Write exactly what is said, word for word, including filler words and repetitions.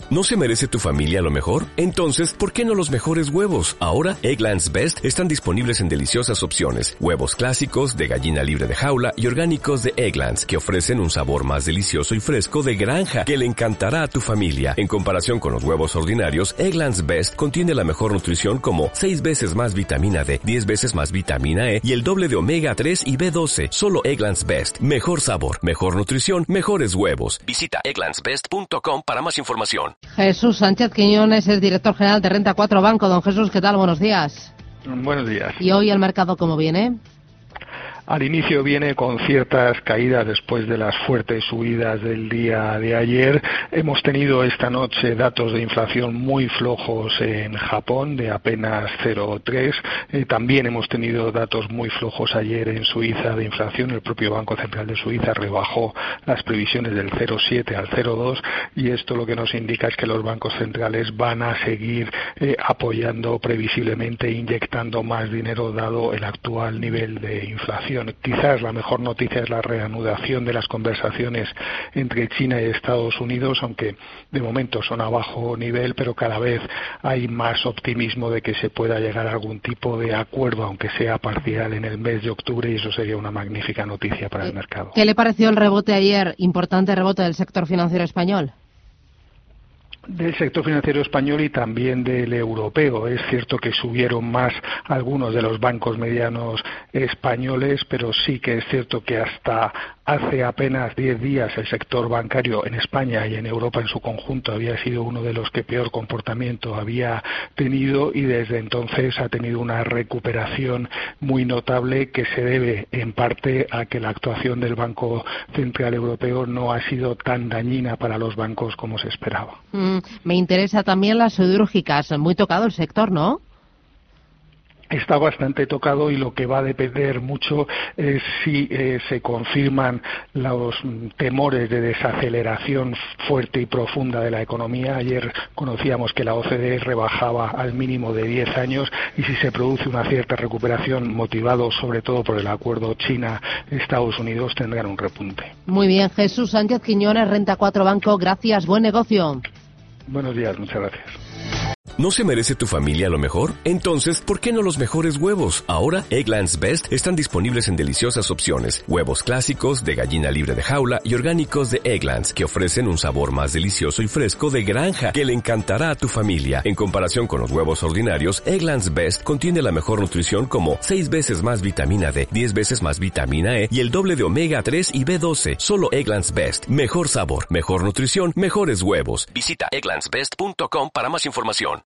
¿No se merece tu familia lo mejor? Entonces, ¿por qué no los mejores huevos? Ahora, Eggland's Best están disponibles en deliciosas opciones. Huevos clásicos, de gallina libre de jaula y orgánicos de Eggland's, que ofrecen un sabor más delicioso y fresco de granja, que le encantará a tu familia. En comparación con los huevos ordinarios, Eggland's Best contiene la mejor nutrición como seis veces más vitamina D, diez veces más vitamina E y el doble de omega tres y B doce. Solo Eggland's Best. Mejor sabor, mejor nutrición, mejores huevos. Visita egglands best punto com para más información. Jesús Sánchez Quiñones es director general de Renta cuatro Banco. Don Jesús, ¿qué tal? Buenos días. Buenos días. ¿Y hoy el mercado cómo viene? Al inicio viene con ciertas caídas después de las fuertes subidas del día de ayer. Hemos tenido esta noche datos de inflación muy flojos en Japón, de apenas cero coma tres. Eh, también hemos tenido datos muy flojos ayer en Suiza de inflación. El propio Banco Central de Suiza rebajó las previsiones del cero coma siete al cero coma dos y esto lo que nos indica es que los bancos centrales van a seguir eh, apoyando previsiblemente, inyectando más dinero dado el actual nivel de inflación. Quizás la mejor noticia es la reanudación de las conversaciones entre China y Estados Unidos, aunque de momento son a bajo nivel, pero cada vez hay más optimismo de que se pueda llegar a algún tipo de acuerdo, aunque sea parcial, en el mes de octubre, y eso sería una magnífica noticia para el mercado. ¿Qué le pareció el rebote ayer, importante rebote del sector financiero español? Del sector financiero español y también del europeo. Es cierto que subieron más algunos de los bancos medianos españoles, pero sí que es cierto que hasta hace apenas diez días el sector bancario en España y en Europa en su conjunto había sido uno de los que peor comportamiento había tenido, y desde entonces ha tenido una recuperación muy notable que se debe en parte a que la actuación del Banco Central Europeo no ha sido tan dañina para los bancos como se esperaba. Mm, me interesa también las siderúrgicas. Muy tocado el sector, ¿no? Está bastante tocado y lo que va a depender mucho es si eh, se confirman los temores de desaceleración fuerte y profunda de la economía. Ayer conocíamos que la O C D E rebajaba al mínimo de diez años y si se produce una cierta recuperación motivado sobre todo por el acuerdo China-Estados Unidos tendrán un repunte. Muy bien, Jesús Sánchez Quiñones, Renta cuatro Banco. Gracias, buen negocio. Buenos días, muchas gracias. ¿No se merece tu familia lo mejor? Entonces, ¿por qué no los mejores huevos? Ahora, Eggland's Best están disponibles en deliciosas opciones. Huevos clásicos, de gallina libre de jaula y orgánicos de Eggland's, que ofrecen un sabor más delicioso y fresco de granja, que le encantará a tu familia. En comparación con los huevos ordinarios, Eggland's Best contiene la mejor nutrición como seis veces más vitamina D, diez veces más vitamina E y el doble de omega tres y B doce. Solo Eggland's Best. Mejor sabor, mejor nutrición, mejores huevos. Visita egglands best punto com para más información.